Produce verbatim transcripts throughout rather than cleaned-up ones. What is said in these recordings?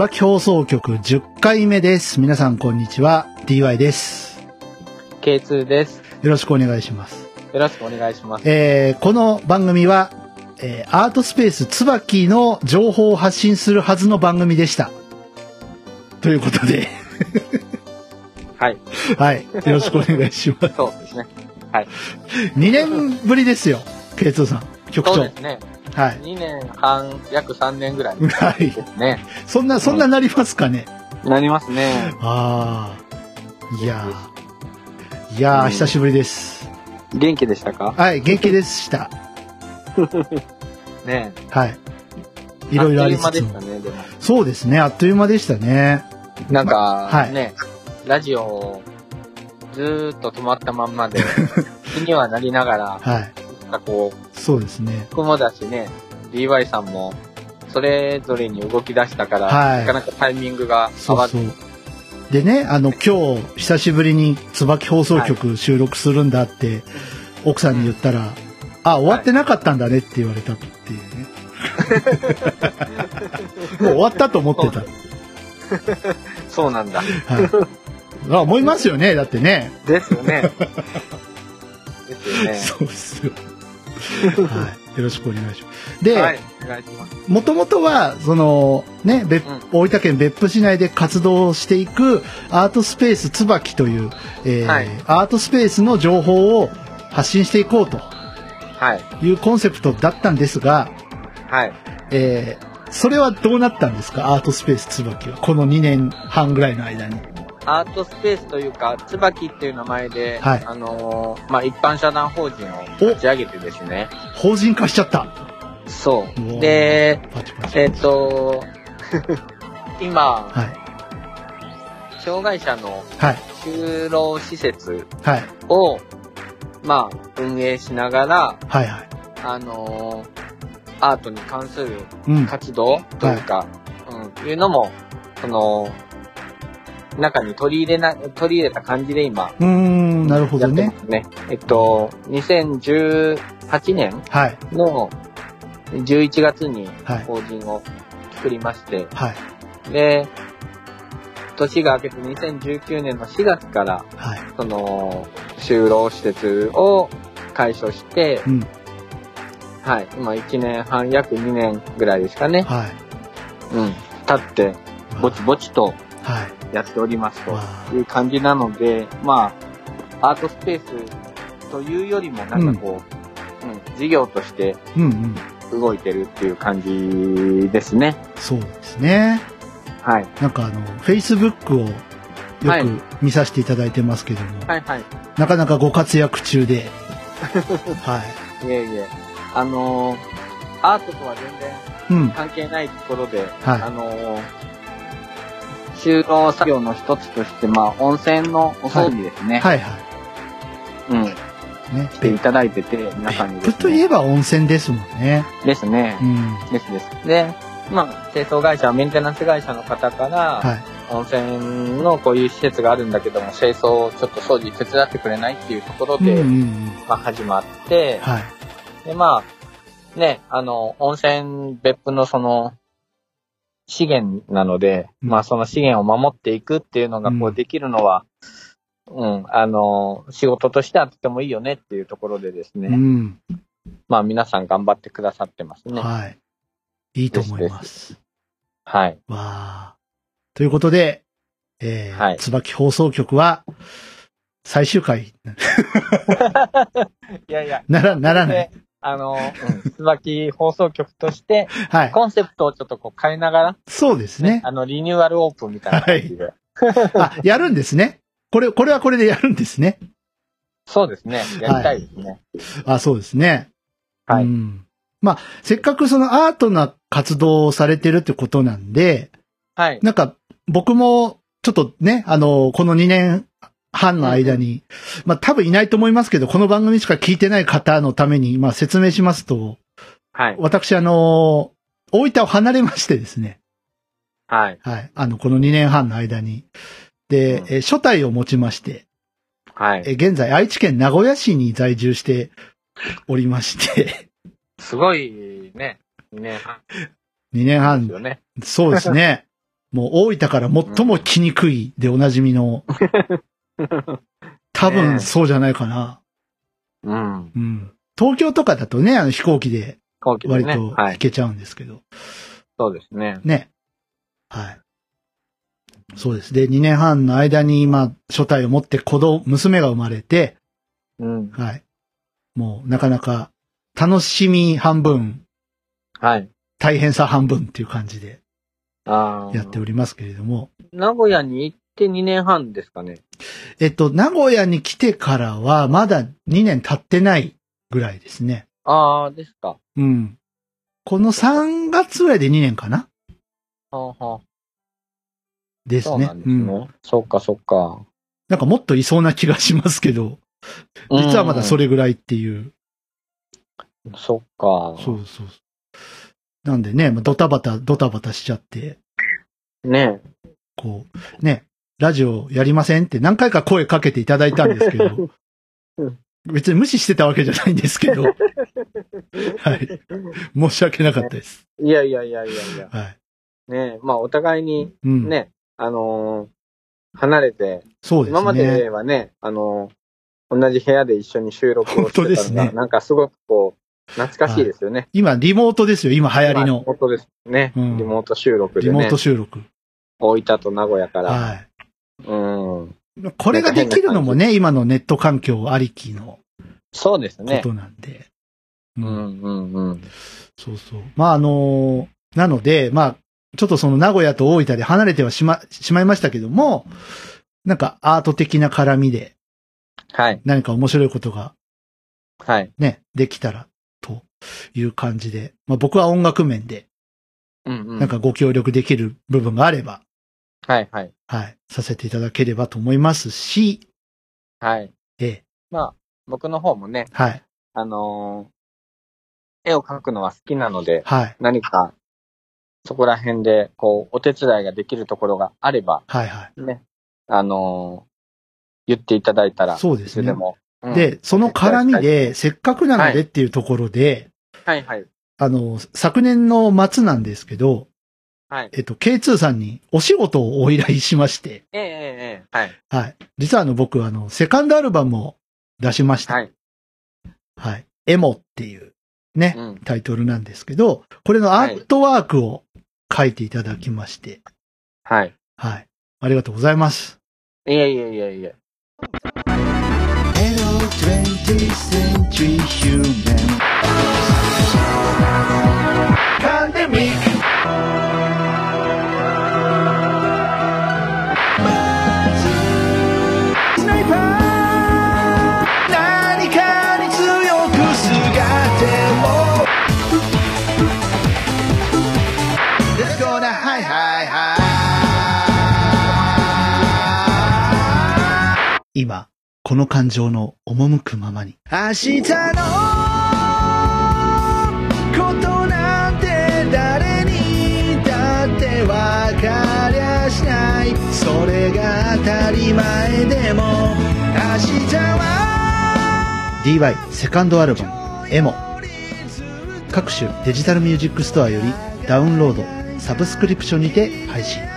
椿放送局じゅっかいめです。皆さんこんにちは。ディーワイ です。 ケーツー です。 よろしくお願いします。 よろしくお願いします。 えー、この番組は、えー、アートスペース椿の情報を発信するはずの番組でした。ということで。 はい。 はい。よろしくお願いします。 そうですね。はい。 にねんぶりですよ。ケーツー さん。局長。 そうですね。 はい。 にねんはん、約さんねんぐらいですね。はい。 そんな、そんななりますかね。 うん、なりますね。 ああ。いやー。いやー、久しぶりです。 元気でしたか？ はい、元気でした。 ねえ。 はい。いろいろありつつも。あっという間でしたね、でも。そうですね、あっという間でしたね。 なんか、 ま、はい、ね、 ラジオ、ずーっと止まったまんまで、気にはなりながら、はい。なんかこう、そうですね。僕もだしね、ディーワイ さんも、それぞれに動き出したから、はい、なかなかタイミングが合わず。そうそう。でね、あの、今日、久しぶりに椿放送局収録するんだって、はい、奥さんに言ったら、うん、あ、終わってなかったんだねって言われたっていうね。もう終わったと思ってた。そうなんだ。はい。 あ、思いますよね、だってね。 ですよね。ですよね。 そうですよ。はい。よろしくお願いします。で、 はい、お願いします。 もともとは、その、ね、別、うん、大分県別府市内で活動していくアートスペース椿という、えーはい、アートスペースの情報を発信していこうというコンセプトだったんですが、はい。えー、それはどうなったんですか？アートスペース椿は。このにねんはんぐらいの間に。 アートスペースというか、椿っていう名前で、はい、あのー、まあ、一般社団法人を立ち上げてですね。 法人化しちゃった。 そう。で、パチパチえっと、今、はい、障害者の就労施設を、はい、まあ、運営しながら、はいはい、あのー、アートに関する活動というか、うんはいうん、いうのも、その、中に取り入れな、取り入れた感じで今、 うーん、なるほどね。 ね。えっと、にせんじゅうはちねんのじゅういちがつに法人を作りまして、はい、で、年が明けてにせんじゅうきゅうねんのしがつから、はい、その、就労施設を開所して、うん、はい、今いちねんはん、約にねんぐらいですかね。はい、うん、経って、ぼちぼちと、やっておりますという感じなので、まあ、アートスペースというよりもなんかこう、うんうん、事業として動いてるっていう感じですね。 そうですね。はい。なんかあの、Facebook をよく見させていただいてますけども、はいはい、なかなかご活躍中で、 はい。いえいえ、あのー、アートとは全然関係ないところで、うんはい、あのー、就労作業の一つとして、まあ、温泉のお掃除ですね。はい、はい、はい。うん。ね。していただいてて、皆さんにですね。 別府といえば温泉ですもんね。 ですね。うん。ですです。で、まあ、清掃会社、メンテナンス会社の方から、はい、温泉のこういう施設があるんだけども、清掃をちょっと掃除手伝ってくれないっていうところで、うんうんうん、まあ、始まって、はい。で、まあ、ね、あの、温泉別府のその、資源なので、うん、まあその資源を守っていくっていうのがこうできるのは、うん、うん、あの、仕事としてはとてもいいよねっていうところでですね、うん、まあ皆さん頑張ってくださってますね。 はい。いいと思います。 はい。 わあ。ということで、えー、はい、椿放送局は、最終回。 いやいや。 なら、ならない。 あの、うん、椿放送局として、はい、コンセプトをちょっとこう変えながら、 そうですね。 あの、リニューアルオープンみたいな感じで。はい、 あ、やるんですね。これ、これはこれでやるんですね。 そうですね。やりたいですね。 はい、あ、そうですね。はい。うん、まあ、せっかくそのアートな活動をされてるってことなんで、はい。なんか、僕も、ちょっとね、あの、このにねんはんの間に、うん、まあ多分いないと思いますけど、この番組しか聞いてない方のために、まあ説明しますと、はい。私あの、大分を離れましてですね。はい。はい。あの、このにねんはんの間に。で、うん、え初代を持ちまして、はい。え現在愛知県名古屋市に在住しておりまして。 すごいね、にねんはん。 にねんはん。ですよね。そうですね。 もう大分から最も来にくいでおなじみの、多分そうじゃないかな。 うん。 うん。東京とかだとね、あの飛行機で割と行けちゃうんですけど。ね、はい、 そうですね。 ね。はい。そうです。で、にねんはんの間に今、初体を持って子供、娘が生まれて、 うん。 はい。もうなかなか楽しみ半分、 はい。 大変さ半分っていう感じで、やっておりますけれども。 名古屋に行ってにねんはんですかね。 えっと、名古屋に来てからは、まだにねん経ってないぐらいですね。 ああ、ですか。 うん。このさんがつぐらいでにねんかな。 はあはあ。 ですね。そうなんですね。うん、そっかそっか。 なんかもっといそうな気がしますけど、実はまだそれぐらいっていう。 うん、そっか。 そうそう。なんでね、ドタバタ、ドタバタしちゃって。 ねえ。 こう、ね、ラジオやりませんって何回か声かけていただいたんですけど、別に無視してたわけじゃないんですけど、はい。申し訳なかったです。 いやいやいやいやいや。 はい。 ねえ、まあお互いに、ね、うん、あのー、離れて、 そうですね。 今まではね、あのー、同じ部屋で一緒に収録をしてたのが、本当ですね、なんかすごくこう、懐かしいですよね、はい。 今、リモートですよ、今流行りの。 リモートですね、うん。リモート収録でね。 リモート収録。 大分と名古屋から。 はい。 うん。 これができるのもね、今のネット環境ありきの。 そうですね。 ことなんで。 うん、うん、うんうん。 そうそう。まあ、あのー、なので、まあ、ちょっとその名古屋と大分で離れてはしま、しまいましたけども、なんかアート的な絡みで、 はい。 何か面白いことが、 はい。 ね、できたら、という感じで、まあ僕は音楽面で、 うんうん。 なんかご協力できる部分があれば、 はいはい。 はい。させていただければと思いますし、 はい。 ええ。 まあ、僕の方もね、 はい。 あのー、絵を描くのは好きなので、 はい。 何か、そこら辺で、こう、お手伝いができるところがあれば、 はいはい。 ね、あのー、言っていただいたら、 そうですね。 いつでも。 うん、で、その絡みで、せっかくなのでっていうところで、 はい、はい、はい。 あの、昨年の末なんですけど、 はい。 えっと、ケーツー さんにお仕事をお依頼しまして。 ええええはい。 はい。実はあの、僕、あの、セカンドアルバムを出しました。はい。はい。エモっていうね、うん、タイトルなんですけど、これのアートワークを書いていただきまして。 はい。 はい。ありがとうございます。 いえいえいえいえ。 Hello, twentieth century human. Pandemic. 今、この感情の赴くままに。明日のことなんて誰にだってわかりゃしない。それが当たり前でも明日は ディーワイ セカンドアルバムエモ。各種デジタルミュージックストアよりダウンロード、サブスクリプションにて配信。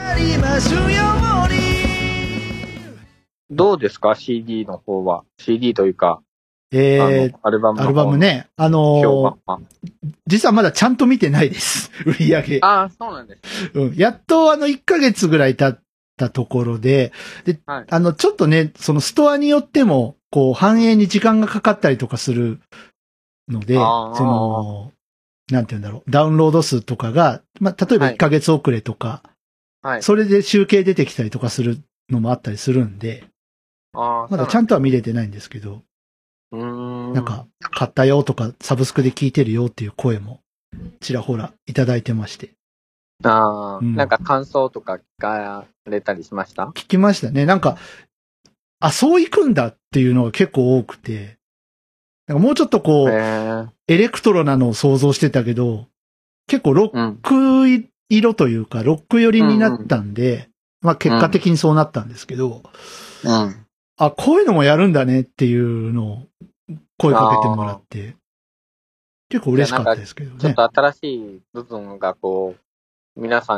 どうですか シーディー の方は。シーディー というか。 えー、 アルバムの方アルバムね。あのー、実はまだちゃんと見てないです。売り上げ。 ああ、そうなんです、ね。 うん。やっとあのいっかげつぐらい経ったところで、で、はい、あの、ちょっとね、そのストアによっても、こう、反映に時間がかかったりとかするので、その、なんて言うんだろう、ダウンロード数とかが、まあ、例えばいっかげつ遅れとか、はい、それで集計出てきたりとかするのもあったりするんで、 あまだちゃんとは見れてないんですけど、 うーんなんか、買ったよとか、サブスクで聞いてるよっていう声も、ちらほらいただいてまして。 ああ、うん、なんか感想とか聞かれたりしました？ 聞きましたね。なんか、あ、そう行くんだっていうのが結構多くて、なんかもうちょっとこう、エレクトロなのを想像してたけど、結構ロック色というか、ロック寄りになったんで、うんうん、まあ結果的にそうなったんですけど、 うん、 あ、こういうのもやるんだねっていうのを声かけてもらって、結構嬉しかったですけどね。 ちょっと新しい部分がこう、皆さんに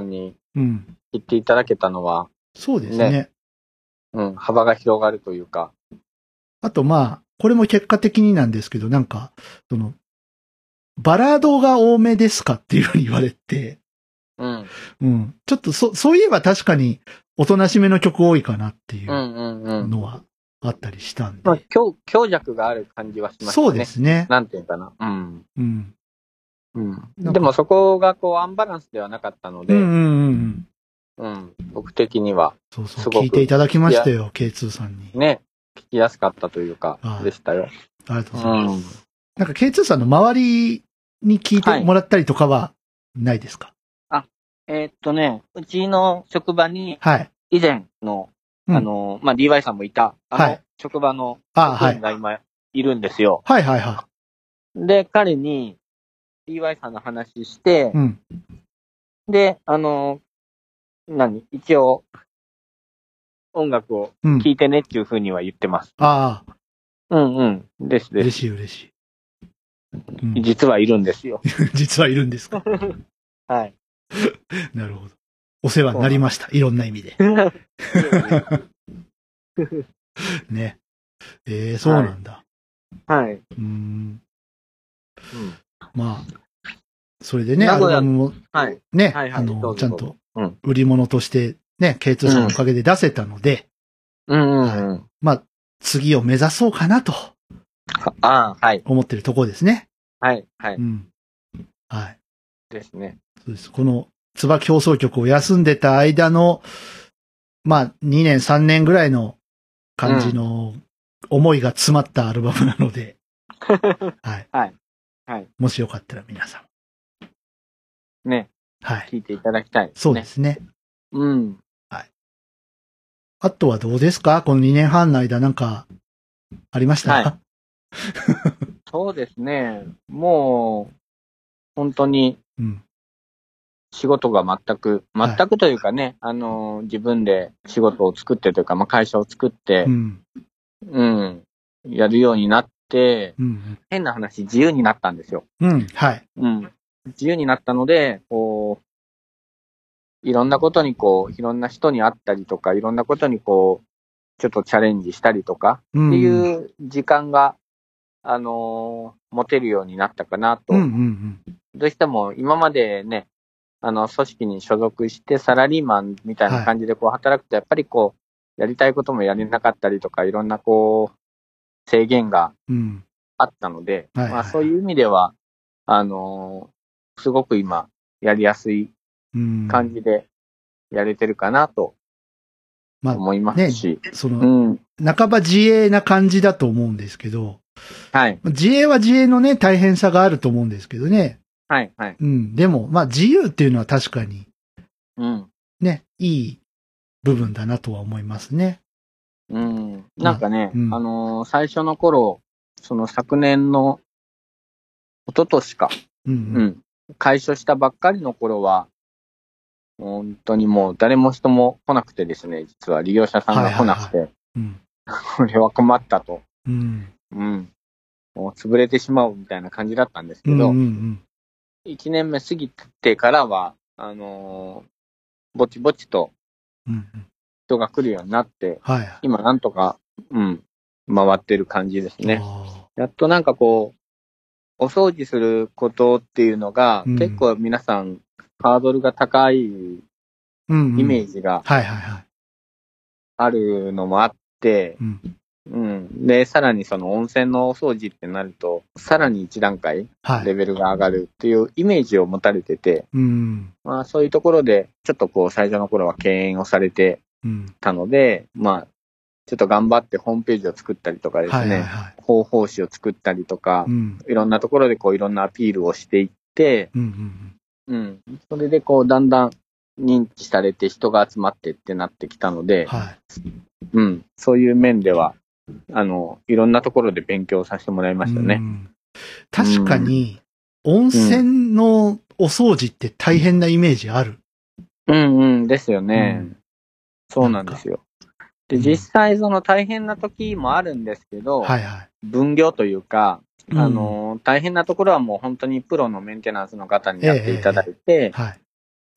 うん。 知っていただけたのは、 そうですね。ねうん、幅が広がるというか。 あとまあ、これも結果的になんですけど、なんか、その、バラードが多めですかっていうふうに言われて、 うん。 うん。ちょっとそ、そういえば確かに、おとなしめの曲多いかなっていうのはあったりしたんで。 まあ、強、強弱がある感じはしましたね。 そうですね。 なんていうかな。うん。 うん。 うん。でもそこがこうアンバランスではなかったので、 うんうんうん。 うん。僕的には、 そうそう。聞いていただきましたよ、ケーツー さんに。 ね。聞きやすかったというか、でしたよ。 ありがとうございます。うん、なんか ケーツー さんの周りに聞いてもらったりとかはないですか？ はい、あ、えー、っとね、うちの職場に、以前の、はい、あの、まあ、ディーワイ さんもいた、あの、はい、職場の職員が今いるんですよ。 はいはいはい。 で、彼に ディーワイ さんの話して、うん、で、あの、何一応、音楽を聴いてねっていうふうには言ってます。 うん、ああ。 うんうん。ですです。 嬉しい嬉しい。 うん、実はいるんですよ。 実はいるんですか？ はい。 なるほど。お世話になりました。いろんな意味で。ね。ええー、そうなんだ。 はい。うーん。うん、まあ、それでね、アルバムも、はい、ね、はいはい、あの、ちゃんと、売り物として、ね、ケーツー さんのおかげで出せたので、 うんうんうん、はい、 まあ、次を目指そうかなと。 ああ、はい。 思ってるところですね。 はい、はい。 うん。はい。 ですね。 そうです。この、椿放送局を休んでた間の、まあ、にねん、さんねんぐらいの感じの思いが詰まったアルバムなので、 うん、はい。はい。はい。 もしよかったら皆さん。ね。 はい。 聞いていただきたいですね。 そうですね。 うん。 はい。あとはどうですか？このにねんはんの間なんか、ありました？はい。 そうですね。もう、本当に、仕事が全く、うん、全くというかね、はい、あの、自分で仕事を作ってというか、まあ、会社を作って、うん、うん、やるようになって、うん、変な話、自由になったんですよ。 うん、はい。 うん。自由になったので、こう、いろんなことにこう、いろんな人に会ったりとか、いろんなことにこう、ちょっとチャレンジしたりとか、っていう時間が、あのー、持てるようになったかなと。うんうんうん、どうしても今までね、あの、組織に所属してサラリーマンみたいな感じでこう働くと、やっぱりこう、やりたいこともやれなかったりとか、いろんなこう、制限があったので、うん、まあそういう意味では、あのー、すごく今、やりやすい感じでやれてるかなと思いますし。 まあね、その、うん、半ば自営な感じだと思うんですけど、 はい。 自営は自営のね、大変さがあると思うんですけどね。 はい、はい。 うん。でも、まあ自由っていうのは確かに、 うん。 ね、いい部分だなとは思いますね。 うん。なんかね、まあ、うん、あのー、最初の頃、その昨年の、一昨年か。うん、うん、うん。開所したばっかりの頃は、本当にもう誰も人も来なくてですね、実は利用者さんが来なくて、はいはいはい、うん、これは困ったと。うん。うん。もう潰れてしまうみたいな感じだったんですけど、うんうんうん、いちねんめ過ぎてからは、あのー、ぼちぼちと人が来るようになって、うんうん、今なんとか、うん、回ってる感じですね。やっとなんかこう、お掃除することっていうのが、うん、結構皆さんハードルが高いイメージがあるのもあって、うんうんうん。で、さらにその温泉のお掃除ってなると、さらに一段階レベルが上がるっていうイメージを持たれてて、はい、うん、まあそういうところで、ちょっとこう最初の頃は敬遠をされてたので、うん、まあ、ちょっと頑張ってホームページを作ったりとかですね、はいはいはい、広報誌を作ったりとか、うん、いろんなところでこういろんなアピールをしていって、うんうんうん、それでこうだんだん認知されて人が集まってってなってきたので、はい、うん、そういう面では、あの、いろんなところで勉強させてもらいましたね。うん、 確かに、温泉のお掃除って大変なイメージある。 うんうんですよね。うん、そうなんですよ。で、実際その大変な時もあるんですけど、はいはい、分業というか、あの、うん、大変なところはもう本当にプロのメンテナンスの方にやっていただいて、ええはい、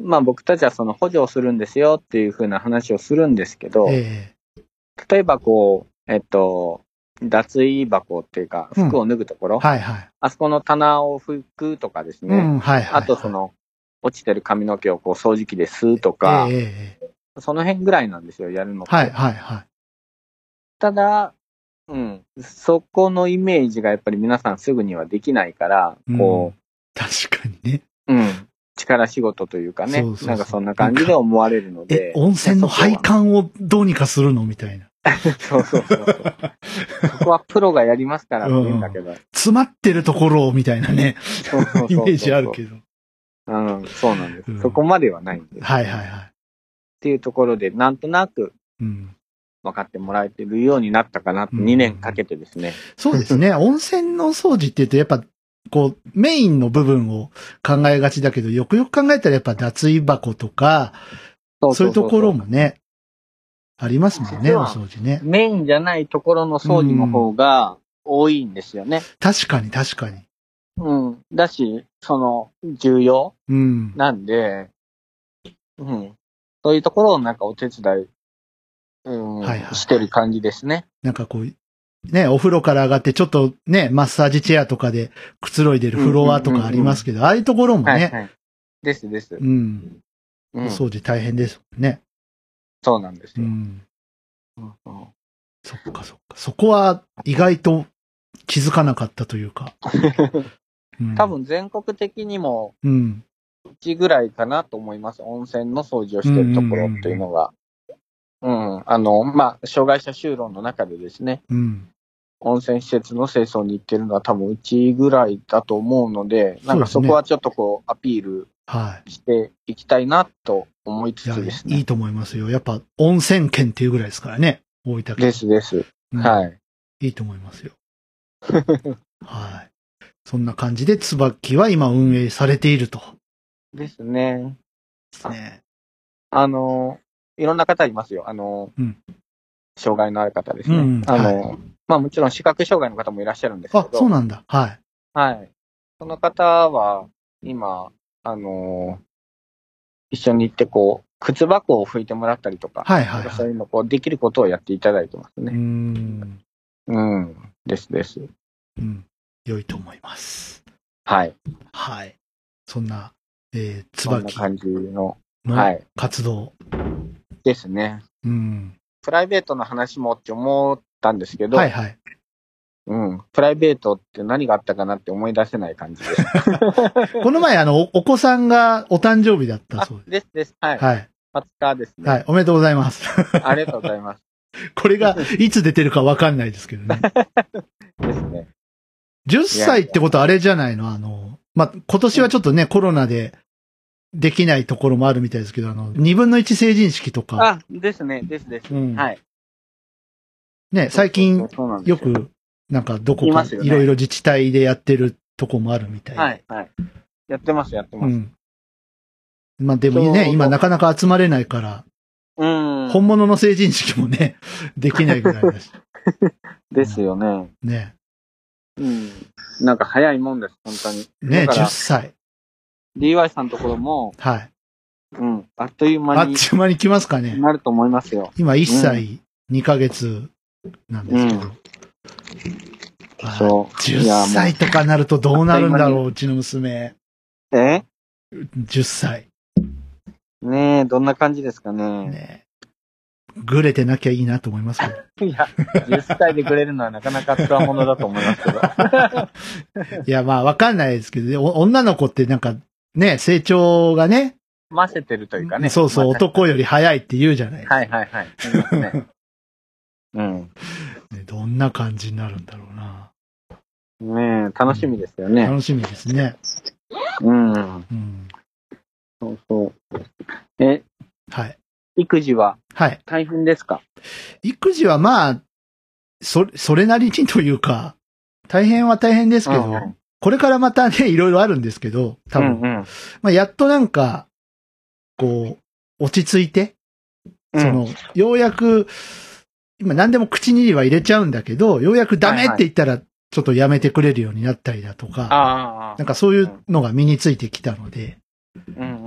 まあ僕たちはその補助をするんですよっていうふうな話をするんですけど、えー、例えばこう、えっと、脱衣箱っていうか、服を脱ぐところ、うんはいはい、あそこの棚を拭くとかですね、うんはいはいはい、あとその、落ちてる髪の毛をこう掃除機で吸うとか、えー、その辺ぐらいなんですよ、やるのって。はいはいはい。ただ、うん、そこのイメージがやっぱり皆さんすぐにはできないから、こう、うん、 確かにね。 うん。力仕事というかね。そうそうそうなんかそんな感じで思われるので。 え、温泉の配管をどうにかするのみたいな。 そうそうそうそう。そこはプロがやりますからって言うんだけど、うん。 詰まってるところをみたいなね。そうそうそうそうイメージあるけど。 うん、そうなんです、うん。そこまではないんです。 はいはいはい。 っていうところで、なんとなく、分かってもらえてるようになったかなと、にねんかけてですね。 そうですね。温泉の掃除って言うと、やっぱ、こう、メインの部分を考えがちだけど、よくよく考えたらやっぱ脱衣箱とか、そうそうそうそうそういうところもね、ありますもんね、お掃除ね。 メインじゃないところの掃除の方が多いんですよね。 確かに確かに。 うん。だし、その、重要なんで、うん、うん。そういうところをなんかお手伝い、うん、はいはい、してる感じですね。 なんかこう、ね、お風呂から上がってちょっとね、マッサージチェアとかでくつろいでるフロアとかありますけど、うんうんうんうん、ああいうところもね。はいはい、 ですです。 うん。お掃除大変ですもんね。 そうなんですよ。 うんうんうん、そっかそっか。そこは意外と気づかなかったというか。 うん、多分全国的にも、うん。うちぐらいかなと思います。温泉の掃除をしてるところっていうのが。うん、うん。あの、まあ、障害者就労の中でですね。うん。温泉施設の清掃に行ってるのは多分うちぐらいだと思うので、なんかそこはちょっとこうアピールしていきたいなと思いつつですね。 いいと思いますよ。やっぱ温泉県っていうぐらいですからね。大分県。 ですです。うん、はい。 いいと思いますよ。はい。そんな感じで椿は今運営されていると。 ですね。ですね。あの、いろんな方いますよ。あの、うん、障害のある方ですね。うん、あの、はい、まあもちろん視覚障害の方もいらっしゃるんですけど。 あ、そうなんだ。はい。 はい。その方は、今、あの、一緒に行ってこう、靴箱を拭いてもらったりとか、はいはい、はい、そういうのこう、できることをやっていただいてますね。うん。うん。ですです。 うん。良いと思います。 はい。 はい。そんな、えー、椿の感じの、 はい。活動、 ですね。うん。プライベートの話もって思ったんですけど、はいはい。うん。プライベートって何があったかなって思い出せない感じです。 この前、あのお、お子さんがお誕生日だったそうです。ですです。はい。はい。はつかですね。 はい。おめでとうございます。 ありがとうございます。 これがいつ出てるかわかんないですけどね。 ですね。 じゅっさいってことあれじゃないのあの、まあ、今年はちょっとね、うん、コロナでできないところもあるみたいですけど、あの、にぶんのいち成人式とか。 あ、ですね、ですです。うん、はい。 ね、最近、よく、なんかどこかいろいろ自治体でやってるとこもあるみたいで。 はい、はい。やってます、やってます。うん。 まあでもね、今なかなか集まれないから、うん。本物の成人式もね、できないぐらいだし。 ですよね。 うん、ね。 うん。なんか早いもんです、本当に。 ね、じゅっさい。 ディーワイ さんのところも、はい。うん。あっという間に。 あっという間に来ますかね。 なると思いますよ。 今いっさいにかげつなんですけど。うん、そう。じゅっさいとかなるとどうなるんだろう、うちの娘。 え ? じゅっさい。 ねえ、どんな感じですかね。ねえ。ぐれてなきゃいいなと思いますけど。いや、じゅっさいでぐれるのはなかなかつわものだと思いますけど。 いや、まあわかんないですけど、ね、女の子ってなんかね、成長がね。 ませてるというかね。 そうそう、男より早いって言うじゃないですか。 はいはいはい。ね、うん。 ね、どんな感じになるんだろうな。 ねえ、楽しみですよね。 うん、楽しみですね。 うん。うん。そうそう。え、はい。育児は大変ですか？はい、 育児はまあ、そ、それなりにというか、大変は大変ですけど、うんうん、これからまたね、いろいろあるんですけど、多分。うんうん、まあ、やっとなんか、こう、落ち着いて、うん、その、ようやく、今何でも口には入れちゃうんだけど、ようやくダメって言ったら、ちょっとやめてくれるようになったりだとか、はいはい、なんかそういうのが身についてきたので、うんうんうん、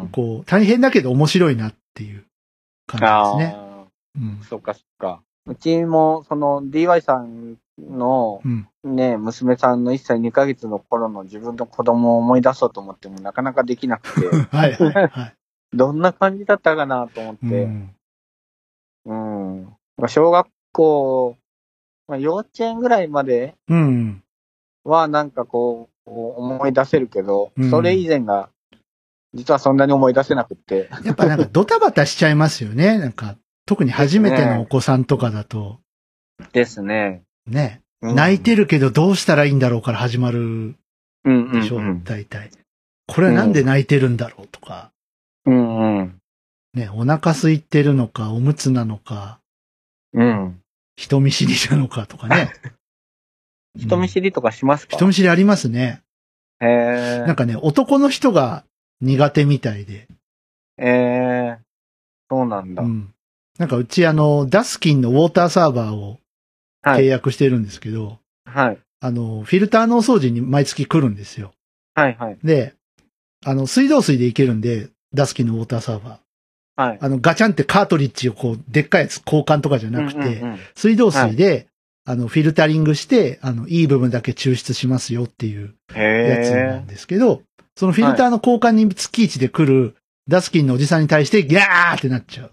ん。 こう、大変だけど面白いなっていう感じですね。 ああ、うん。そっかそっか。うちも、その ディーワイ さんの、ね、うん、娘さんのいっさいにかげつの頃の自分の子供を思い出そうと思ってもなかなかできなくて。 はいはい、はい。 どんな感じだったかなと思って。うん。うん、小学校、まあ、幼稚園ぐらいまではなんかこう、思い出せるけど、うん、それ以前が、実はそんなに思い出せなくて。 やっぱなんかドタバタしちゃいますよね。なんか、特に初めてのお子さんとかだと。 ですね。 ね、うん。泣いてるけどどうしたらいいんだろうから始まるでしょ、うんうんうん、大体。これはなんで泣いてるんだろうとか。 うんうん。 ね、お腹空いてるのか、おむつなのか。 うん。 人見知りなのかとかね。 人見知りとかしますか？ うん、人見知りありますね。 へー。 なんかね、男の人が苦手みたいで。 えー、そうなんだ。 うん。なんかうちあの、ダスキンのウォーターサーバーを契約してるんですけど、 はい。 あの、フィルターのお掃除に毎月来るんですよ。 はいはい。 で、あの、水道水でいけるんで、ダスキンのウォーターサーバー。 はい。 あの、ガチャンってカートリッジをこう、でっかいやつ交換とかじゃなくて、うんうんうん、水道水で、はい、あの、フィルタリングして、あの、いい部分だけ抽出しますよっていうやつなんですけど、そのフィルターの交換に月一で来るダスキンのおじさんに対してギャーってなっちゃう。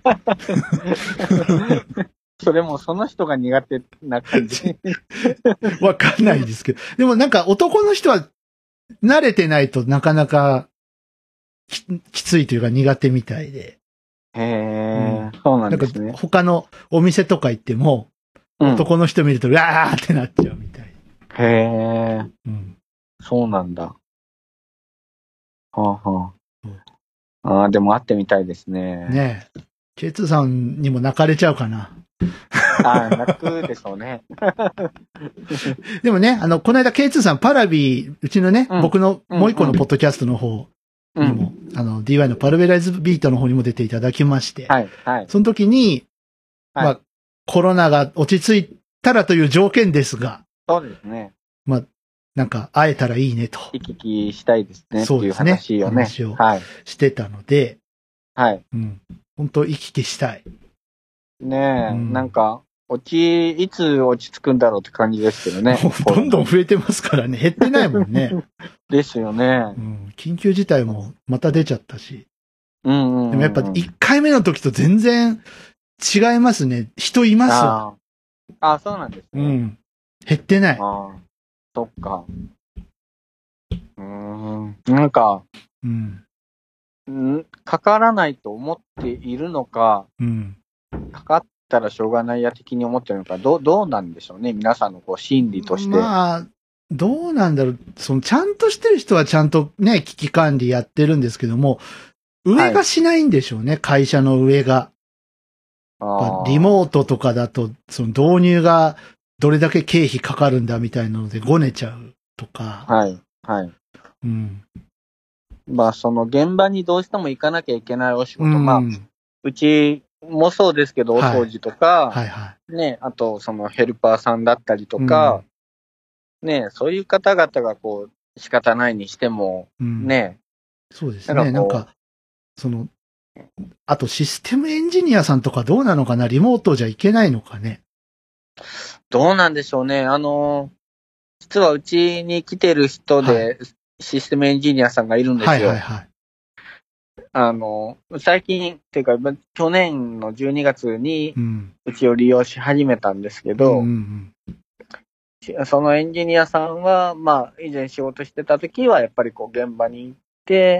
それもその人が苦手な感じ。 わかんないですけど。でもなんか男の人は慣れてないとなかなか き, きついというか苦手みたいで。 へー、うん、そうなんですね。 なんか他のお店とか行っても、うん、男の人見るとうわーってなっちゃうみたい。 へー、うん、そうなんだ。はあはあ。ああ、でも会ってみたいですね。 ねえ。ケイツー さんにも泣かれちゃうかな。 ああ、泣くでしょうね。 でもね、あの、この間 ケイツー さんパラビ、うちのね、うん、僕のもう一個のポッドキャストの方にも、うん、あの、ディーワイ のパルベライズビートの方にも出ていただきまして、 はい、はい。 その時に、はい、まあ、コロナが落ち着いたらという条件ですが、 そうですね。 まあ、なんか会えたらいいねと。 行き来したいですね。そうですね。っていう話をね。 話をしてたので、 はい。 うん。本当行き来したい。 ねえ、うん、なんか、落ち、いつ落ち着くんだろうって感じですけどね。 もうどんどん増えてますからね。減ってないもんね。 ですよね、 うん。緊急事態もまた出ちゃったし。 うんうんうんうん、 でもやっぱいっかいめの時と全然違いますね。人いますわ。 ああ、そうなんですね。 うん。減ってない。 ああ、そっか。うーん。なんか、 うん。 んかからないと思っているのか、 うん。 かかったらしょうがないや的に思ってるのか、どう、どうなんでしょうね。皆さんのこう心理として。 まあ、どうなんだろう。その、ちゃんとしてる人はちゃんとね、危機管理やってるんですけども、上がしないんでしょうね。はい、会社の上が。リモートとかだと、その導入がどれだけ経費かかるんだみたいなのでごねちゃうとか。 はい。はい。 うん。 まあ、その現場にどうしても行かなきゃいけないお仕事。うん、まあ、うちもそうですけど、お掃除とか、 はい、はいはい。 ね、あと、そのヘルパーさんだったりとか、うん、ね、そういう方々がこう、仕方ないにしても、うん、ね。 そうですね。なんか、その、あとシステムエンジニアさんとかどうなのかな、リモートじゃいけないのかね。 どうなんでしょうね。あの、実はうちに来てる人で、はい、システムエンジニアさんがいるんですよ。はいはいはい。あの、最近、っていうか、去年のじゅうにがつに、うちを利用し始めたんですけど、うんうんうん、そのエンジニアさんは、まあ、以前仕事してた時は、やっぱりこう、現場に行って、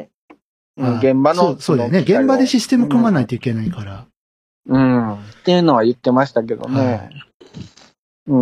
現場のそう、そうだよね。現場でシステム組まないといけないから。 うん。うん、っていうのは言ってましたけどね。はい、うん。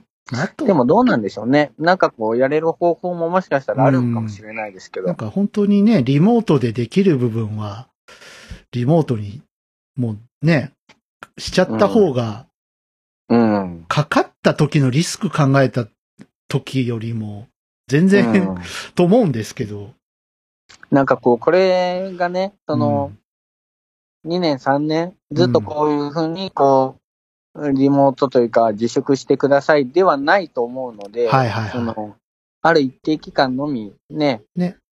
あとでもどうなんでしょうね。なんかこう、やれる方法ももしかしたらあるのかもしれないですけど。 なんか本当にね、リモートでできる部分は、リモートに、もうね、しちゃった方が、 うん。うん、 かかった時のリスク考えた時よりも、全然、うん、と思うんですけど。 なんかこう、これがね、その、うん、にねん、さんねん、ずっとこういうふうに、こう、リモートというか自粛してくださいではないと思うので、 はいはいはい、 その、ある一定期間のみね、 ね、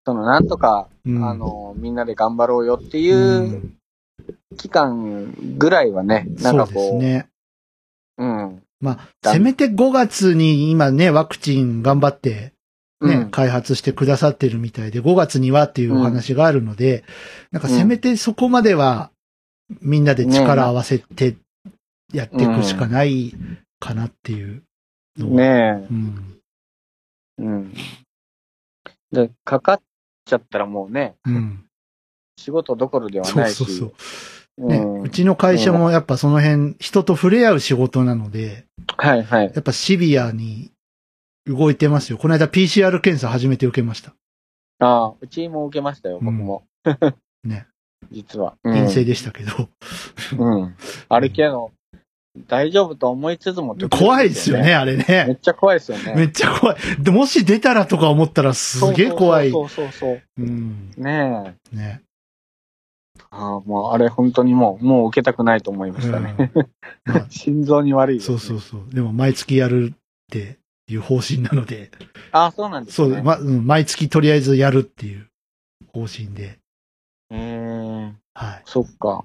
その、なんとか、うん、あの、みんなで頑張ろうよっていう期間ぐらいはね、なんかこう。そうですね。うん。 まあ、せめてごがつに今ね、ワクチン頑張って、ね、うん、開発してくださってるみたいで、ごがつにはっていうお話があるので、うん、なんかせめてそこまでは、みんなで力合わせてやっていくしかないかなっていうの。 ねえ。うん。うん。で、かかっちゃったらもうね、うん、仕事どころではないし。そうそうそう。 ね、うん、うちの会社もやっぱその辺、人と触れ合う仕事なので、 はいはい。 やっぱシビアに動いてますよ。この間 ピーシーアール 検査初めて受けました。 ああ、うちも受けましたよ、僕も。うん、ね。実は。 うん、陰性でしたけど。 うん。あれけど、大丈夫と思いつつも、 ね、怖いですよね、あれね。 めっちゃ怖いですよね。 めっちゃ怖い。でもし出たらとか思ったらすげえ怖い。 そうそうそうそう。うん。ねえ。 ね。 ああ、もうあれ本当にもう、もう受けたくないと思いましたね。うんまあ、心臓に悪いですね。 そうそうそう。でも毎月やるっていう方針なので。 ああ、そうなんですね。 そう、ま、毎月とりあえずやるっていう方針で。 へえ。 はい。 そっか。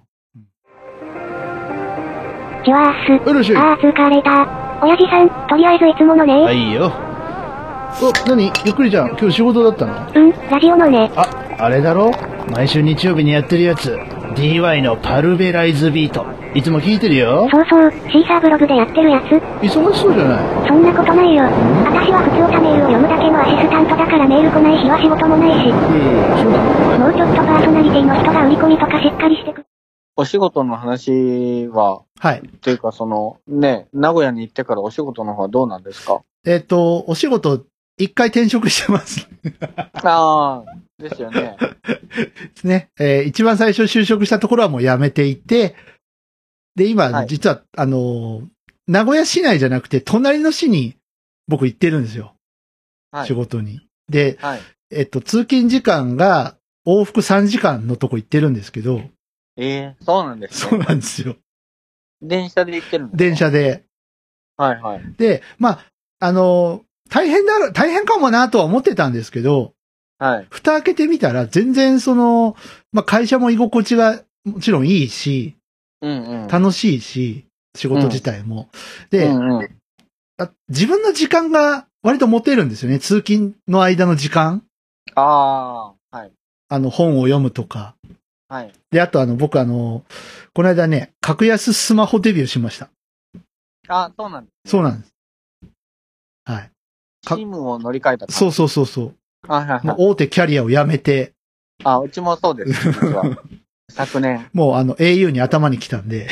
ジョアース。 うるしい。 あー、疲れた。親父さん、とりあえずいつものね。 はいよ。お、なにゆっくりちゃん、今日仕事だったの？ うん、ラジオのね。 あ、あれだろ？毎週日曜日にやってるやつ。ディーワイ のパルベライズビート。いつも聞いてるよ。 そうそう、シーサーブログでやってるやつ。 忙しそうじゃない？ そんなことないよ。私は普通たメールを読むだけのアシスタントだからメール来ない日は仕事もないし。 へえ、そうなの？もうちょっとパーソナリティの人が売り込みとかしっかりしてく。 お仕事の話は、 はい。 っていうかその、ね、名古屋に行ってからお仕事の方はどうなんですか？ えっと、お仕事、一回転職してます。 ああ、ですよね。 ですね。えー、一番最初就職したところはもう辞めていて、で、今、はい、実は、あの、名古屋市内じゃなくて、隣の市に僕行ってるんですよ。はい、仕事に。で、はい、えっと、通勤時間が往復さんじかんのとこ行ってるんですけど。 ええー、そうなんですね。そうなんですよ。 電車で行ってるんですか？ 電車で。 はいはい。 で、まあ、あの、大変だろ、大変かもなとは思ってたんですけど、 はい。 蓋開けてみたら全然その、まあ、会社も居心地がもちろんいいし、 うんうん、 楽しいし、仕事自体も。うん、で、 うんうん、 自分の時間が割と持てるんですよね。通勤の間の時間。 ああ、はい。 あの、本を読むとか。 はい。 で、あとあの、僕あの、この間ね、格安スマホデビューしました。 あ、そうなんです、 ね。そうなんです。はい。 チームを乗り換えた。 そうそうそうそう。 はいはいはい。 もう大手キャリアを辞めて。 あ、うちもそうです。実は昨年。 もうあの エーユー に頭に来たんで。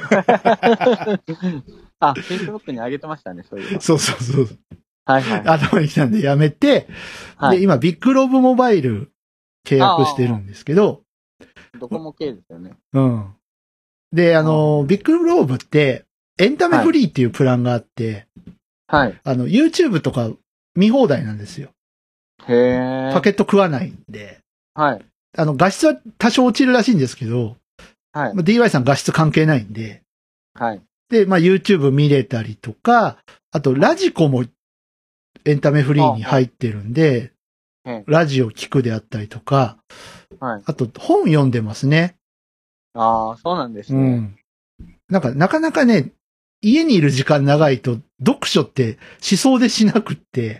あ、Facebook に上げてましたね、そういう。 そうそうそう。 はいはい。 頭に来たんで辞めて、はい、で、今ビッグローブモバイル契約してるんですけど。 ドコモ系ですよね。 うん。で、あの、ビッグローブってエンタメフリーっていうプランがあって、 はい。 あの、YouTube とか見放題なんですよ。 へー。 パケット食わないんで。 はい。 あの、画質は多少落ちるらしいんですけど、 はい。 まあ、ディーワイ さん画質関係ないんで。 はい。 で、まあ YouTube 見れたりとか、あとラジコもエンタメフリーに入ってるんで、ラジオ聞くであったりとか、 はい。 あと本読んでますね。 ああ、そうなんですね。うん。 なんか、なかなかね、家にいる時間長いと、読書ってしそうでしなくって。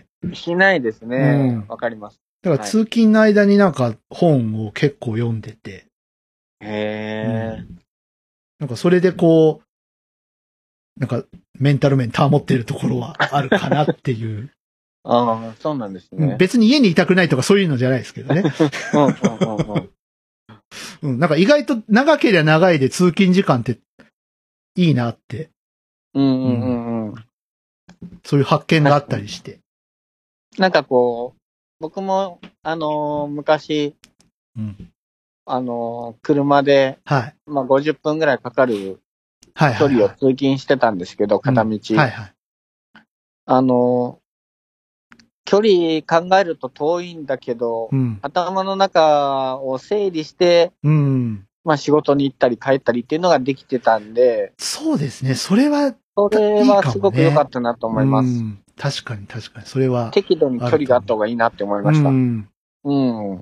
しないですね。わ、うん、かります。 だから通勤の間になんか本を結構読んでて。 へー、うん。 なんかそれでこう、なんかメンタル面保ってるところはあるかなっていう。 ああ、そうなんですね。 別に家にいたくないとかそういうのじゃないですけどね。うんうんうんうんうん、なんか意外と長ければ長いで通勤時間っていいなって。 うんうんうんうん。 そういう発見があったりして。 なんかこう、僕も、あのー、昔、うん、あのー、車で、 はい、 まあごじゅっぷんぐらいかかる距離を通勤してたんですけど、はいはいはい、片道。 うん、はいはい。 あのー、距離考えると遠いんだけど、うん、頭の中を整理して、 うん、 まあ仕事に行ったり帰ったりっていうのができてたんで。 そうですね。それは、 それはすごく良かったなと思います。いいうん、確かに確かに。それは。 適度に距離があった方がいいなって思いました。うん、 うん。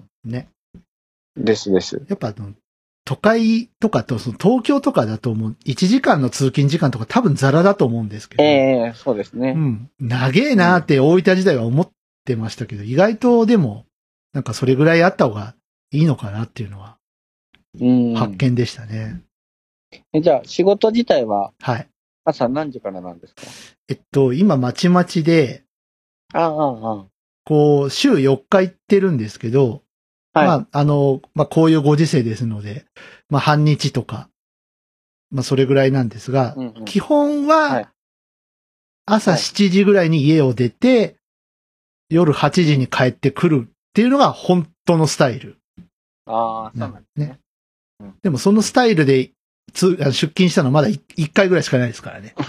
ね。 ですです。 やっぱあの、都会とかと、その東京とかだともういちじかんの通勤時間とか多分ザラだと思うんですけど。 ええー、そうですね。 うん。長えなーって大分時代は思ってましたけど、うん、意外とでも、なんかそれぐらいあった方がいいのかなっていうのは、発見でしたね。 うん、えじゃあ、仕事自体は、 はい。 朝何時からなんですか？ えっと、今、まちまちで、 ああ、ああ。 こう、週よっか行ってるんですけど、はい、まあ、あの、まあ、こういうご時世ですので、まあ、半日とか、まあ、それぐらいなんですが、うんうん、基本は、朝しちじぐらいに家を出て、はい、夜はちじに帰ってくるっていうのが本当のスタイル。 ああ、そうなんですね。 うん、でもそのスタイルで出勤したのまだいっかいぐらいしかないですからね。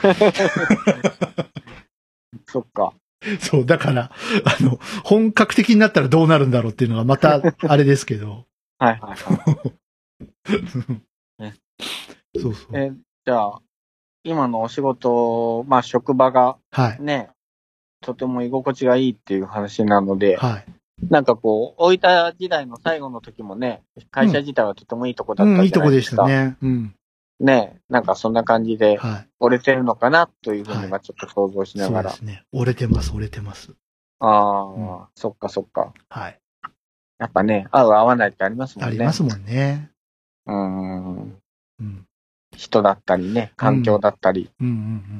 そっか。 そう、だから、あの、本格的になったらどうなるんだろうっていうのがまた、あれですけど。 はいはいはい。ね、そうそう。え、じゃあ、今のお仕事、まあ職場が、ね、はい、とても居心地がいいっていう話なので、はい、なんかこう、大分時代の最後の時もね、会社自体はとてもいいとこだったじゃないですか。うん、うん、いいとこでしたね。うん。ね、なんかそんな感じで、折れてるのかなというふうに、まあちょっと想像しながら。 はい、そうですね。折れてます、折れてます。 ああ、うん、そっかそっか。 はい。 やっぱね、合う合わないってありますもんね。 ありますもんね。 うーん。うん。人だったりね、環境だったり。うん、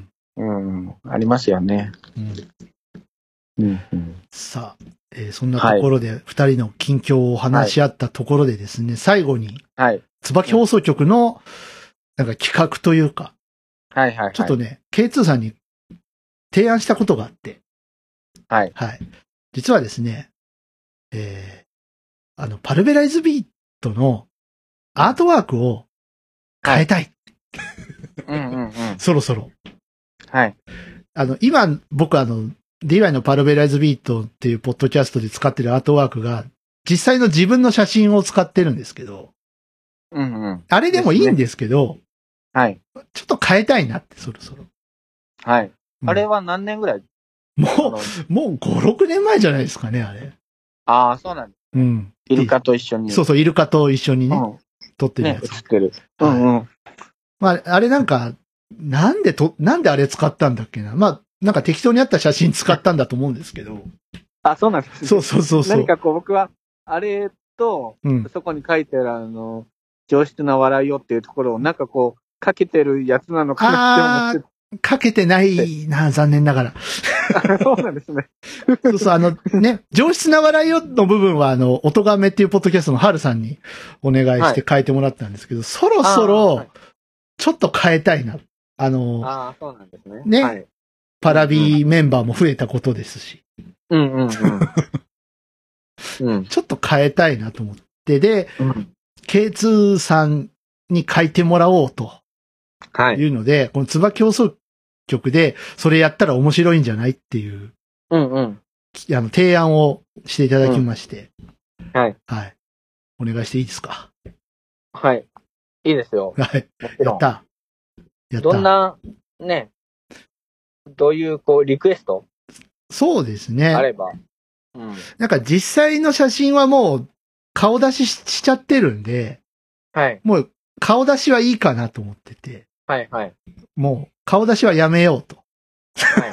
うん、うん。うん、ありますよね。うん。 うんうん、さあ、えー、そんなところで二人の近況を話し合ったところでですね、はい、最後に、はい。椿放送局の、なんか企画というか、 はいはいはい。 ちょっとね、ケーツー さんに提案したことがあって、 はい。 はい。実はですね、えー、あの、パルベライズビートのアートワークを変えたい。 はい、うんうんうん。 そろそろ。 はい。 あの、今、僕あの、ディーワイ のパルベライズビートっていうポッドキャストで使ってるアートワークが、実際の自分の写真を使ってるんですけど、 うんうん。 あれでもいいんですけど、ね、 はい。 ちょっと変えたいなって、そろそろ。 はい。うん、あれは何年ぐらい？ もう、もうご、ろくねんまえじゃないですかね、あれ。 ああ、そうなんです、 ね。うん。 イルカと一緒に。 そうそう、イルカと一緒にね、うん、撮ってるやつ。 ね、撮ってる。うんうん。 まあ、あれなんか、なんでと、なんであれ使ったんだっけな。まあ、なんか適当にあった写真使ったんだと思うんですけど。 あ、そうなんです、ね。 そうそうそうそう。 何かこう僕は、あれと、うん、そこに書いてあるあの、上質な笑いをっていうところをなんかこう、かけてるやつなのかなって思って。 かけてないな、残念ながら。 そうなんですね。 そうそう、あのね、上質な笑いをの部分は、あの、音がめっていうポッドキャストのハルさんにお願いして書いてもらったんですけど、はい、そろそろ、ちょっと変えたいな。あの、 ああ、そうなんですね。 ね、 はい、 パラビメンバーも増えたことですし。 うんうんうん。うん、 ちょっと変えたいなと思って、で、うん、ケーツー さんに書いてもらおうと。はい。いうので、この椿放送局でそれやったら面白いんじゃないっていう。 うんうん。 あの、提案をしていただきまして。 うん、はい。 はい。お願いしていいですか？ はい。いいですよ。 はい。やった。 やった。どんな、ね、どういう、こう、リクエスト？ そうですね。 あれば。 うん。なんか実際の写真はもう顔出し し, しちゃってるんで。 はい。 もう顔出しはいいかなと思ってて。 はいはい。 もう顔出しはやめようと。 はい。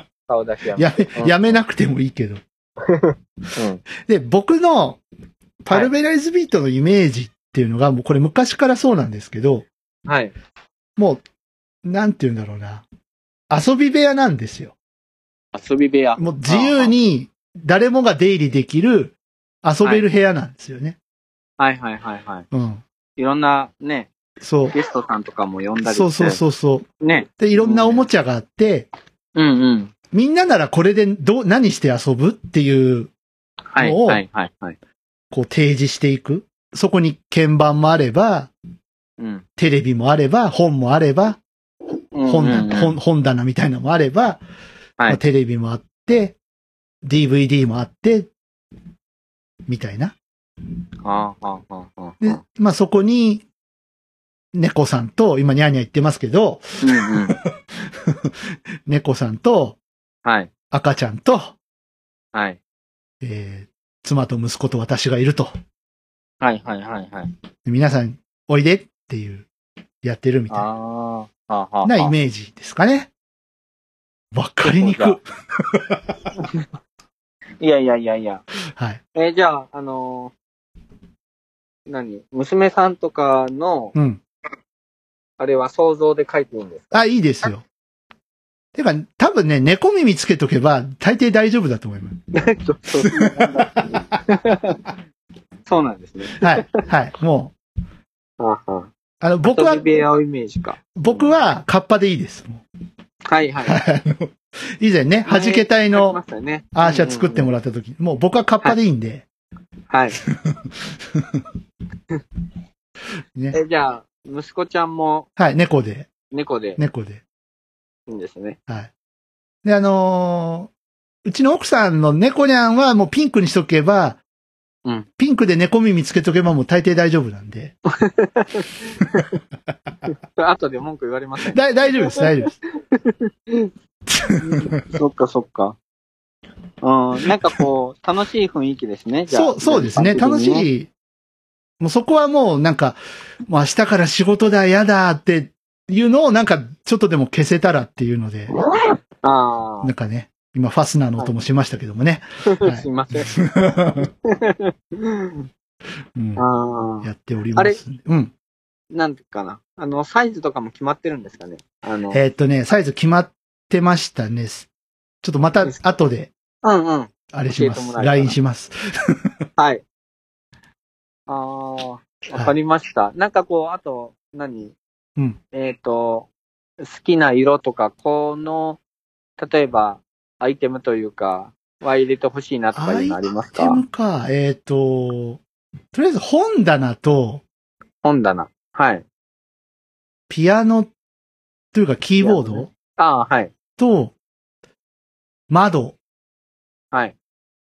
顔出しやめやめ、うん、やめなくてもいいけど。うん、で、僕のパルベライズビートのイメージっていうのが、もうこれ昔からそうなんですけど、 はい。 もう、なんて言うんだろうな。遊び部屋なんですよ。 遊び部屋。 もう自由に誰もが出入りできる遊べる部屋なんですよね。 はいはいはいはい。 うん。 いろんなね、 そう。 ゲストさんとかも呼んだりして。 そうそうそうそう。 ね。 で、いろんなおもちゃがあって、 うんうん。 みんなならこれでどう、何して遊ぶっていうのを、 はいはいはい。 こう提示していく。そこに鍵盤もあれば、うん、テレビもあれば、本もあれば、本棚、本、本棚みたいなのもあれば、はいまあ、テレビもあって、ディーブイディー もあって、みたいな。 ああ、ああ、ああ。 で、まあそこに、猫さんと、今ニャーニャー言ってますけど、うんうん、猫さんと、 はい。 赤ちゃんと、 はい。 えー、 妻と息子と私がいると。 はいはいはいはい。 皆さん、おいでっていう、やってるみたいな。 ああ、はなイメージですかね。わかりにく。 いやいやいやいや。 はい。 えー、じゃあ、あのー、何娘さんとかの、うん。あれは想像で書いていいんですか？ あ、いいですよ。てか、多分ね、猫耳つけとけば、大抵大丈夫だと思います。 そうなんですね。 はい、はい、もう。あはあの、僕は、 部屋をイメージか。 僕は、カッパでいいです。 はいはい。 以前ね、弾け隊のアーシャ作ってもらった時、もう僕はカッパでいいんで。 はい。ね、え、じゃあ、息子ちゃんも。 はい、猫で。 猫で。 猫で。 いいんですね。 はい。で、あのー、うちの奥さんの猫ニャンはもうピンクにしとけば、うん、ピンクで猫耳つけとけばもう大抵大丈夫なんで。 後で文句言われません。 だ大丈夫です、大丈夫です。そっかそっか。うん、なんかこう、楽しい雰囲気ですね。じゃあそう、そうですね。楽しい。もうそこはもうなんか、もう明日から仕事だ、やだっていうのをなんかちょっとでも消せたらっていうので。 ああ。 なんかね、今ファスナーの音もしましたけどもね。 はい、すいません。 うん、あやっております。あれうん。 なんていうかな。あの、サイズとかも決まってるんですかね。あの。 えー、っとね、サイズ決まってましたね。ちょっとまた後で。 うんうん。 あれします。ライン します。 はい。ああ、わかりました。はい、なんかこう、あと、何うん。 えっと、好きな色とか、この、例えば、アイテムというか、は入れてほしいなとかいうのありますか？ アイテムか。えっと、とりあえず本棚と、 本棚。はい。 ピアノというかキーボード、ね、 ああ、はい。 と、窓。 はい。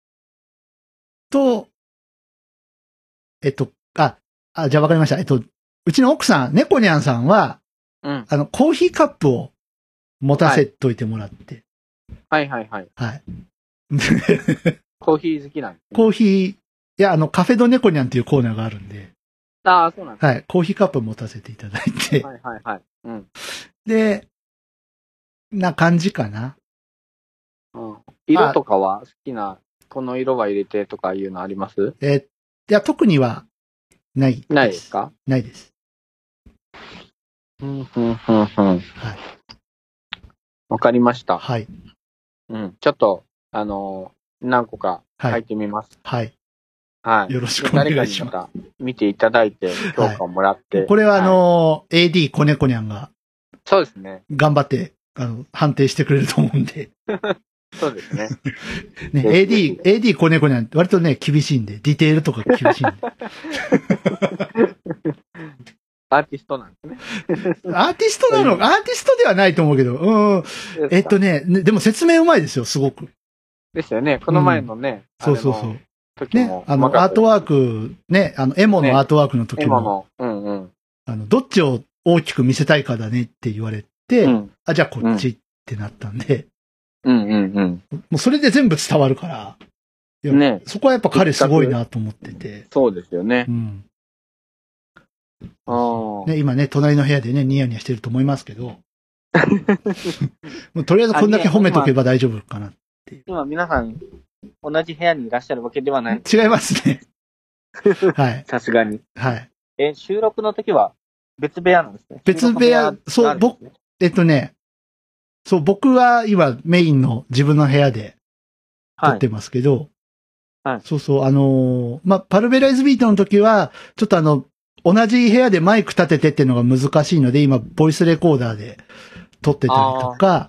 と、えっと、あ、あ、じゃあわかりました。えっと、うちの奥さん、猫ニャンさんは、 うん。 あの、コーヒーカップを持たせといてもらって。 はいはいはい。 はい。 コーヒー好きなんです、ね、 コーヒー、いや、あの、カフェドネコニャンっていうコーナーがあるんで。 ああ、そうなんです、 ね、はい。コーヒーカップ持たせていただいて。 はいはいはい。うん。 で、な感じかな。 うん。色とかは好きな、この色は入れてとかいうのあります？ え、いや、特には、ないです。 ないですか？ ないです。 うん、うん、うん、うん。はい。わかりました。 はい。 うん。ちょっと、あのー、何個か書いてみます。 はい。 はい。はい、 よろしくお願いします。 誰かにまた見ていただいて、評価をもらって。はい、 これはあのー、はい、エーディー コネコニャンが。 そうですね。 頑張って、あの、判定してくれると思うんで。 そうですね。 ね、エーディー、エーディー コネコニャン割とね、厳しいんで、ディテールとか厳しいんで。 アーティストなんですね。 アーティストなの、アーティストではないと思うけど、うん。えっとね、でも説明うまいですよ、すごく。 ですよね。この前のね。 うん、そうそうそう。ね、あの、アートワーク、ね、あの、エモのアートワークの時も。 エモの、うんうん。 あの、どっちを大きく見せたいかだねって言われて、うん、あ、じゃあこっちってなったんで。 うんうんうん。 もうそれで全部伝わるから。ね。そこはやっぱ彼すごいなと思ってて。 そうですよね。 うん。 あね、今ね、隣の部屋でね、ニヤニヤしてると思いますけど。もうとりあえずこんだけ褒めとけば大丈夫かなっていう。 今皆さん、同じ部屋にいらっしゃるわけではない。 違いますね。はい。 さすがに。 はい。 え、収録の時は別部屋なんですね。 別部屋、ね、そう、僕、えっとね、そう、僕は今メインの自分の部屋で撮ってますけど、 はい。はい、 そうそう、あのー、まあ、パルベライズビートの時は、ちょっとあの、同じ部屋でマイク立ててっていうのが難しいので、今、ボイスレコーダーで撮ってたりとか、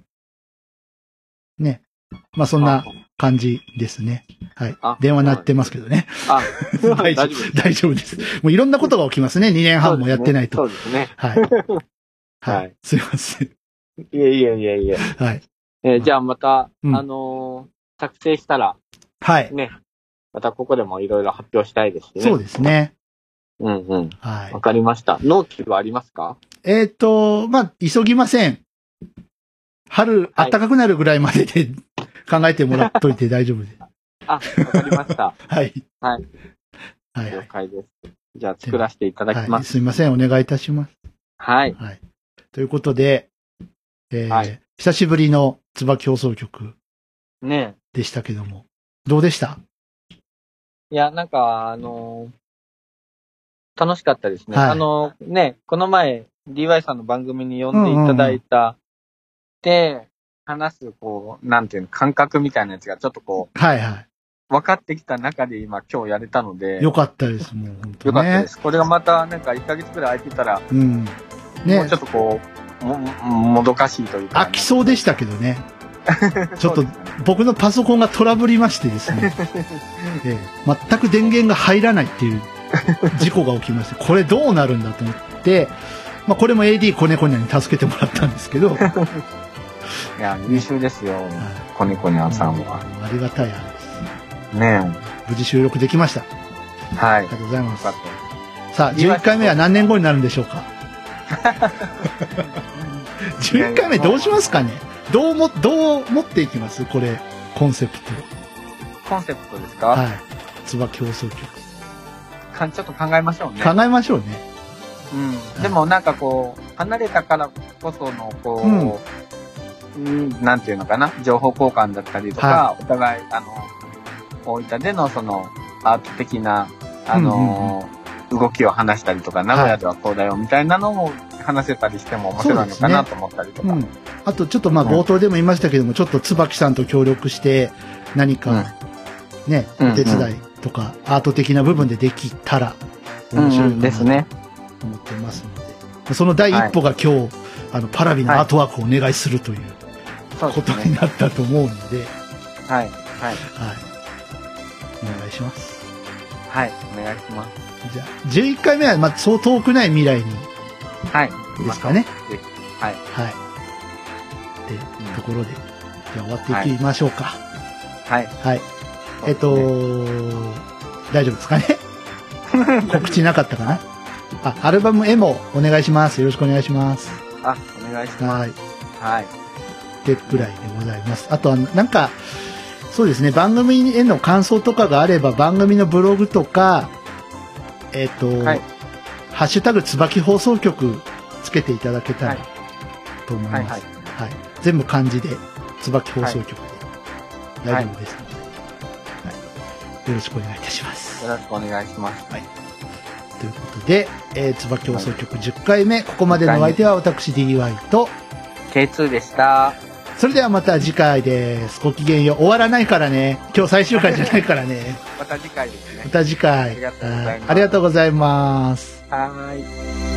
ね。まあ、そんな感じですね。はい。電話鳴ってますけどね。 あ大丈夫。大丈夫です。もういろんなことが起きますね。にねんはんもやってないと。 そうですね。 はい。はい。すいません。いえいえいえいえ。 はい。 えー、じゃあまた、うん、あのー、作成したら、 はい。 ね。またここでもいろいろ発表したいですね。 そうですね。 うんうん。 はい。 わかりました。納期はありますか？ えっと、まあ、急ぎません。春、暖かくなるぐらいまでで考えてもらっといて大丈夫です。 あ、わかりました。 はい。 はい。 はい。 了解です。じゃあ作らせていただきます。はい、 すいません、お願いいたします。 はい。 はい。ということで、えーはい、久しぶりの椿放送局ねでしたけども、どうでした？ いや、なんか、あのー、楽しかったですね。はい、あのー、ね、この前、ディーワイ さんの番組に呼んでいただいた、うんうんうん、で、話す、こう、なんていうの、感覚みたいなやつがちょっとこう、 はいはい。 分かってきた中で今、今日やれたので。 よかったです、もう本当ね。よかったです。これがまた、なんかいっかげつくらい空いてたら、うん。ね。もうちょっとこう、も、もどかしいというか。 飽きそうでしたけどね。ちょっと、僕のパソコンがトラブりましてですね。ええ、全く電源が入らないっていう事故が起きまして、これどうなるんだと思って、まあこれも エーディー コネコニャに助けてもらったんですけど。 いや、優秀ですよ、はい、コネコニャさんは。 ありがたい話です。 ねえ。無事収録できました。 はい。ありがとうございます。さあ、じゅういっかいめは何年後になるんでしょうか。じゅういっかいめどうしますかね。どうも、どう持っていきますこれ、コンセプト。 コンセプトですか？ はい。椿放送局。 か、ちょっと考えましょうね。 考えましょうね。 うん。でもなんかこう、離れたからこその、こう、うん、なんていうのかな、情報交換だったりとか、はい、お互い、あの、大分でのその、アート的な、あの、うんうんうん、動きを話したりとか、名古屋ではこうだよみたいなのも話せたりしても面白いのかなと思ったりとか。 うん、あとちょっとまあ冒頭でも言いましたけども、うん、ちょっと椿さんと協力して何かね、うん、お手伝いとか、アート的な部分でできたら面白いかなと思ってますので、うんうん、その第一歩が今日、はい、あのパラビのアートワークをお願いするということになったと思うので、 はい。はい。はい。 お願いします。 はい、お願いします。 じゃあ、じゅういっかいめは、まあ、そう遠くない未来に。 はい。 ですかね。 はい。 はい。ってところで、じゃあ終わっていきましょうか。 はい。 はい。えっと、大丈夫ですかね。告知なかったかな。あ、アルバム絵もお願いします。よろしくお願いします。 あ、お願いします。はい。はい。 ってくらいでございます。あとは、なんか、そうですね、番組への感想とかがあれば、番組のブログとか、えっと、はい、ハッシュタグ椿放送局つけていただけたらと思います。はいはいはい、全部漢字で椿放送局で大丈夫ですので、はいはい、よろしくお願いいたします。 よろしくお願いします。 はい、ということで、えー、椿放送局じゅっかいめ、ここまでのお相手は私 ディーワイ とケーツー でした。 それではまた次回です。ごきげんよう。終わらないからね。今日最終回じゃないからね。 また次回ですね。 また次回。ありがとうございます。 ありがとうございます。はーい。